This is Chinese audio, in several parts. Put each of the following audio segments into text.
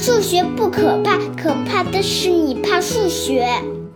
数学不可怕，可怕的是你怕数学。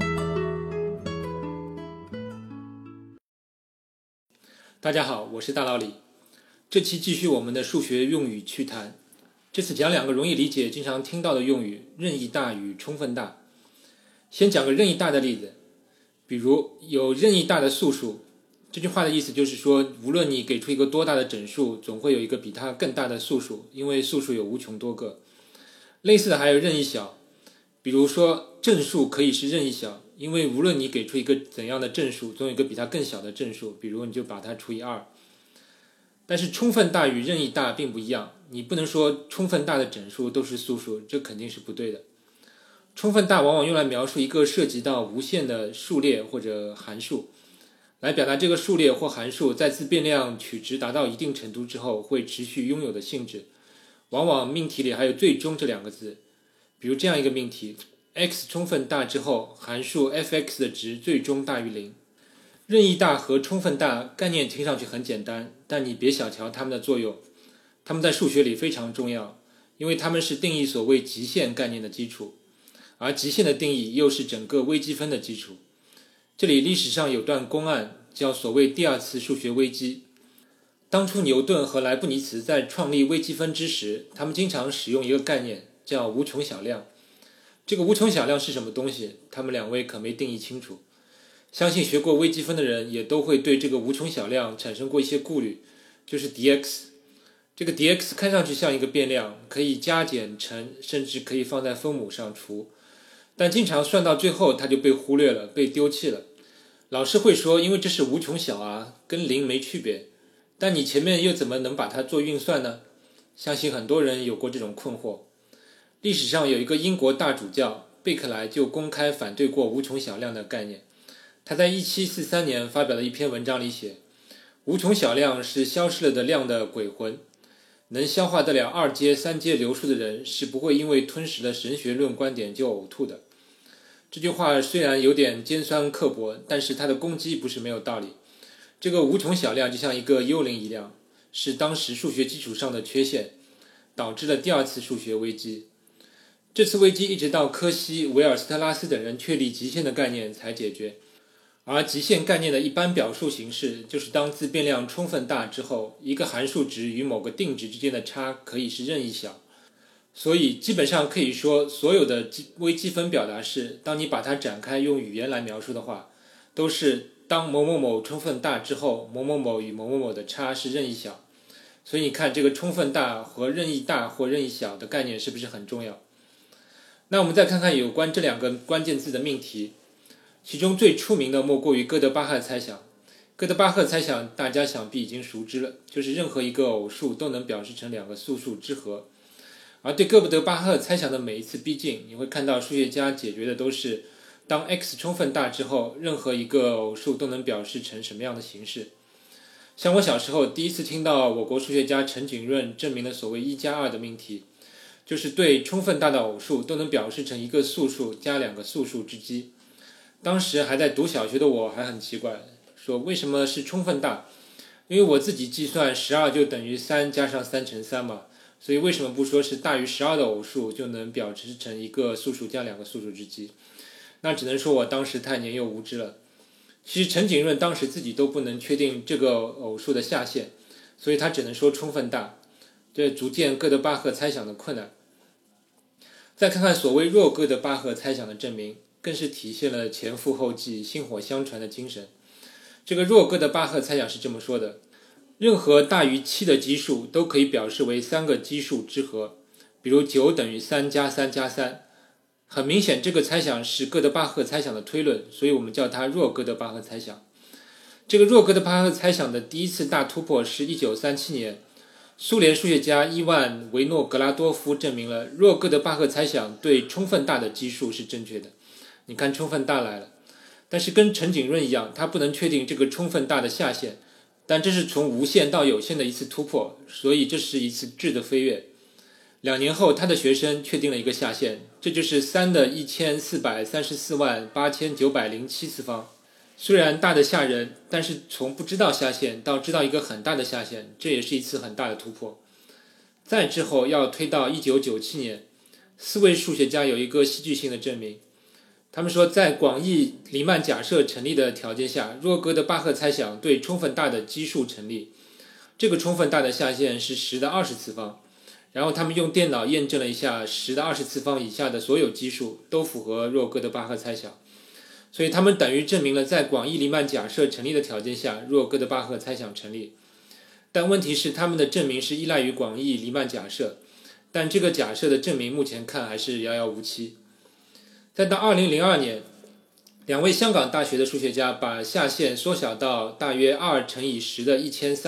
大家好，我是大老李。这期继续我们的数学用语趣谈，这次讲两个容易理解、经常听到的用语：任意大与充分大。先讲个任意大的例子，比如有任意大的素数，这句话的意思就是说，无论你给出一个多大的整数，总会有一个比它更大的素数，因为素数有无穷多个。类似的还有任意小，比如说正数可以是任意小，因为无论你给出一个怎样的正数，总有一个比它更小的正数，比如你就把它除以2。但是充分大与任意大并不一样，你不能说充分大的整数都是素数，这肯定是不对的。充分大往往用来描述一个涉及到无限的数列或者函数，来表达这个数列或函数在自变量取值达到一定程度之后会持续拥有的性质。往往命题里还有最终这两个字，比如这样一个命题 x 充分大之后，函数 f(x) 的值最终大于0。任意大和充分大概念听上去很简单，但你别小瞧它们的作用，它们在数学里非常重要，因为它们是定义所谓极限概念的基础，而极限的定义又是整个微积分的基础。这里历史上有段公案叫所谓第二次数学危机。当初牛顿和莱布尼茨在创立微积分之时，他们经常使用一个概念叫无穷小量。这个无穷小量是什么东西，他们两位可没定义清楚。相信学过微积分的人也都会对这个无穷小量产生过一些顾虑，就是 dx。 这个 dx 看上去像一个变量，可以加减乘，甚至可以放在分母上除，但经常算到最后它就被忽略了，被丢弃了。老师会说，因为这是无穷小啊，跟0没区别，但你前面又怎么能把它做运算呢？相信很多人有过这种困惑。历史上有一个英国大主教贝克莱就公开反对过无穷小量的概念。他在1743年发表的一篇文章里写，无穷小量是消失了的量的鬼魂，能消化得了2阶3阶流数的人是不会因为吞食了神学论观点就呕吐的。这句话虽然有点尖酸刻薄，但是它的攻击不是没有道理。这个无穷小量就像一个幽灵一样，是当时数学基础上的缺陷，导致了第二次数学危机。这次危机一直到柯西、维尔斯特拉斯等人确立极限的概念才解决。而极限概念的一般表述形式就是当自变量充分大之后，一个函数值与某个定值之间的差可以是任意小。所以基本上可以说，所有的微积分表达式，当你把它展开用语言来描述的话，都是当某某某充分大之后，某某某与某某某的差是任意小。所以你看，这个充分大和任意大或任意小的概念是不是很重要？那我们再看看有关这两个关键字的命题，其中最出名的莫过于哥德巴赫猜想。哥德巴赫猜想大家想必已经熟知了，就是任何一个偶数都能表示成两个素数之和。而对哥德巴赫猜想的每一次逼近，你会看到数学家解决的都是当 x 充分大之后，任何一个偶数都能表示成什么样的形式。像我小时候第一次听到我国数学家陈景润证明了所谓1+2的命题，就是对充分大的偶数都能表示成一个素数加2个素数之积。当时还在读小学的我还很奇怪，说为什么是充分大？因为我自己计算12就等于3加上3乘3嘛，所以为什么不说是大于12的偶数就能表示成一个素数加2个素数之积？那只能说我当时太年幼无知了。其实陈景润当时自己都不能确定这个偶数的下限，所以他只能说充分大，这足见哥德巴赫猜想的困难。再看看所谓弱哥德巴赫猜想的证明，更是体现了前赴后继、薪火相传的精神。这个弱哥德巴赫猜想是这么说的：任何大于7的基数都可以表示为3个基数之和，比如9等于3加3加3。很明显，这个猜想是哥德巴赫猜想的推论，所以我们叫它弱哥德巴赫猜想。这个弱哥德巴赫猜想的第一次大突破是1937年，苏联数学家伊万维诺格拉多夫证明了弱哥德巴赫猜想对充分大的基数是正确的。你看充分大来了，但是跟陈景润一样，他不能确定这个充分大的下限，但这是从无限到有限的一次突破，所以这是一次质的飞跃。2年后，他的学生确定了一个下限，这就是3的14348907次方。虽然大的吓人，但是从不知道下限到知道一个很大的下限，这也是一次很大的突破。再之后要推到1997年 4位数学家有一个戏剧性的证明。他们说，在广义黎曼假设成立的条件下，若哥德巴赫猜想对充分大的基数成立。这个充分大的下限是10的20次方，然后他们用电脑验证了一下10的20次方以下的所有基数都符合若哥德巴赫猜想，所以他们等于证明了在广义黎曼假设成立的条件下，若哥德巴赫猜想成立。但问题是，他们的证明是依赖于广义黎曼假设，但这个假设的证明目前看还是遥遥无期。再到2002年，2位香港大学的数学家把下限缩小到大约2乘以10的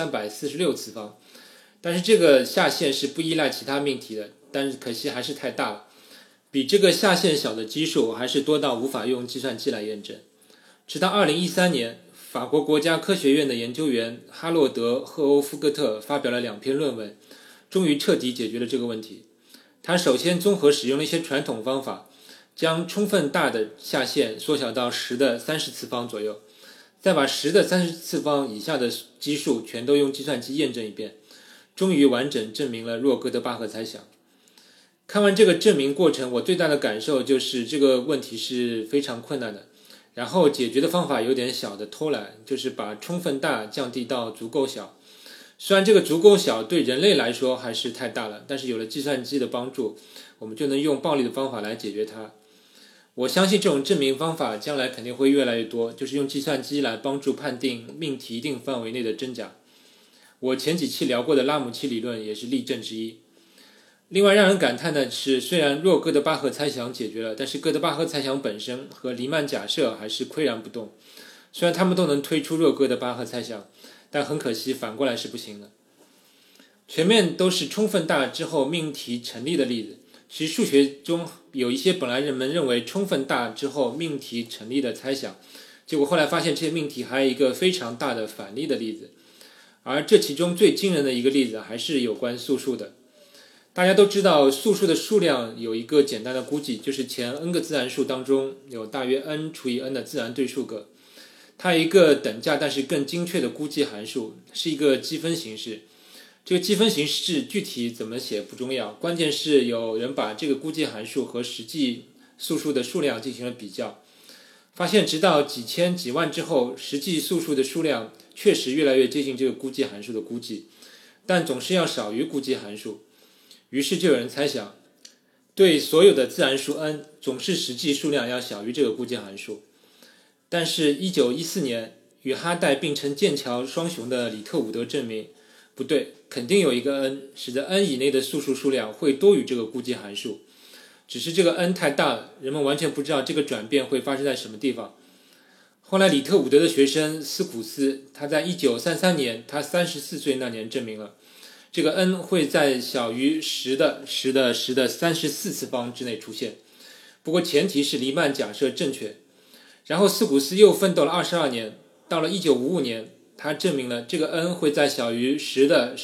1346次方，但是这个下限是不依赖其他命题的，但是可惜还是太大了，比这个下限小的基数还是多到无法用计算机来验证。直到2013年，法国国家科学院的研究员哈洛德·赫欧夫戈特发表了2篇论文，终于彻底解决了这个问题。他首先综合使用了一些传统方法，将充分大的下限缩小到10的30次方左右，再把10的30次方以下的基数全都用计算机验证一遍，终于完整证明了若哥德巴赫猜想。看完这个证明过程，我最大的感受就是这个问题是非常困难的，然后解决的方法有点小的偷懒，就是把充分大降低到足够小。虽然这个足够小对人类来说还是太大了，但是有了计算机的帮助，我们就能用暴力的方法来解决它。我相信这种证明方法将来肯定会越来越多，就是用计算机来帮助判定命题一定范围内的真假。我前几期聊过的拉姆齐理论也是例证之一。另外让人感叹的是，虽然若哥德巴赫猜想解决了，但是哥德巴赫猜想本身和黎曼假设还是岿然不动。虽然他们都能推出若哥德巴赫猜想，但很可惜反过来是不行的。全面都是充分大之后命题成立的例子。其实数学中有一些本来人们认为充分大之后命题成立的猜想，结果后来发现这些命题还有一个非常大的反例的例子。而这其中最惊人的一个例子还是有关素数的。大家都知道素数的数量有一个简单的估计，就是前 n 个自然数当中有大约 n 除以 n 的自然对数个。它有一个等价但是更精确的估计函数，是一个积分形式。这个积分形式具体怎么写不重要，关键是有人把这个估计函数和实际素数的数量进行了比较，发现直到几千几万之后，实际素数的数量确实越来越接近这个估计函数的估计，但总是要少于估计函数。于是就有人猜想，对所有的自然数 n， 总是实际数量要小于这个估计函数。但是1914年与哈代并称剑桥双雄的里特伍德证明，不对，肯定有一个 n， 使得 n 以内的素数数量会多于这个估计函数，只是这个 n 太大了，人们完全不知道这个转变会发生在什么地方。后来里特伍德的学生斯普斯，他在1933年他34岁那年证明了这个 n 会在小于10的34次方之内出现，不过前提是黎曼假设正确。然后斯普斯又奋斗了22年，到了1955年，他证明了这个 n 会在小于10的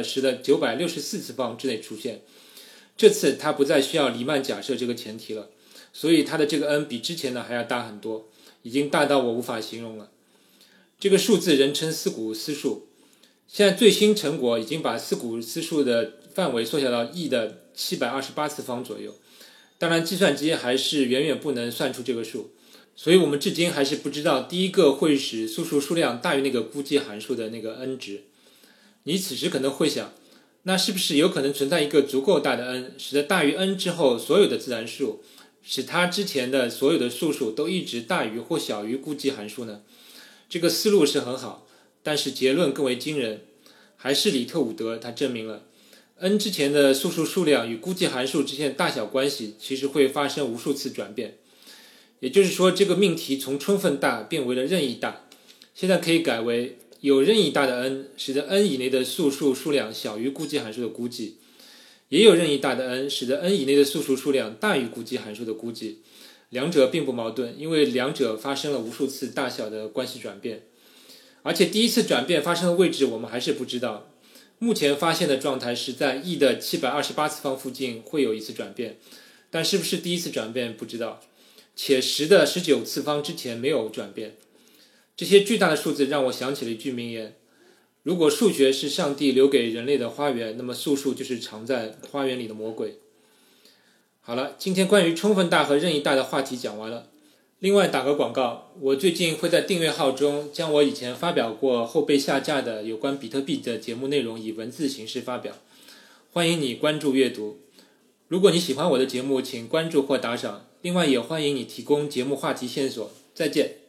964次方之内出现。这次他不再需要黎曼假设这个前提了，所以他的这个 n 比之前的还要大很多，已经大到我无法形容了。这个数字人称斯古斯数。现在最新成果已经把斯古斯数的范围缩小到 e 的728次方左右，当然计算机还是远远不能算出这个数，所以我们至今还是不知道第一个会使素数数量大于那个估计函数的那个 n 值。你此时可能会想，那是不是有可能存在一个足够大的 n， 使得大于 n 之后所有的自然数，使它之前的所有的素数都一直大于或小于估计函数呢？这个思路是很好，但是结论更为惊人，还是里特伍德他证明了 n 之前的素数数量与估计函数之间的大小关系其实会发生无数次转变。也就是说，这个命题从充分大变为了任意大，现在可以改为有任意大的 n， 使得 n 以内的素数数量小于估计函数的估计，也有任意大的 n， 使得 n 以内的素数数量大于估计函数的估计。两者并不矛盾，因为两者发生了无数次大小的关系转变，而且第一次转变发生的位置我们还是不知道。目前发现的状态是在 e 的728次方附近会有一次转变，但是不是第一次转变不知道，且10的19次方之前没有转变。这些巨大的数字让我想起了一句名言，如果数学是上帝留给人类的花园，那么素数就是藏在花园里的魔鬼。 好了，今天关于充分大和任意大的话题讲完了。另外打个广告，我最近会在订阅号中将我以前发表过后被下架的有关比特币的节目内容以文字形式发表，欢迎你关注阅读。如果你喜欢我的节目，请关注或打赏，另外也欢迎你提供节目话题线索。再见。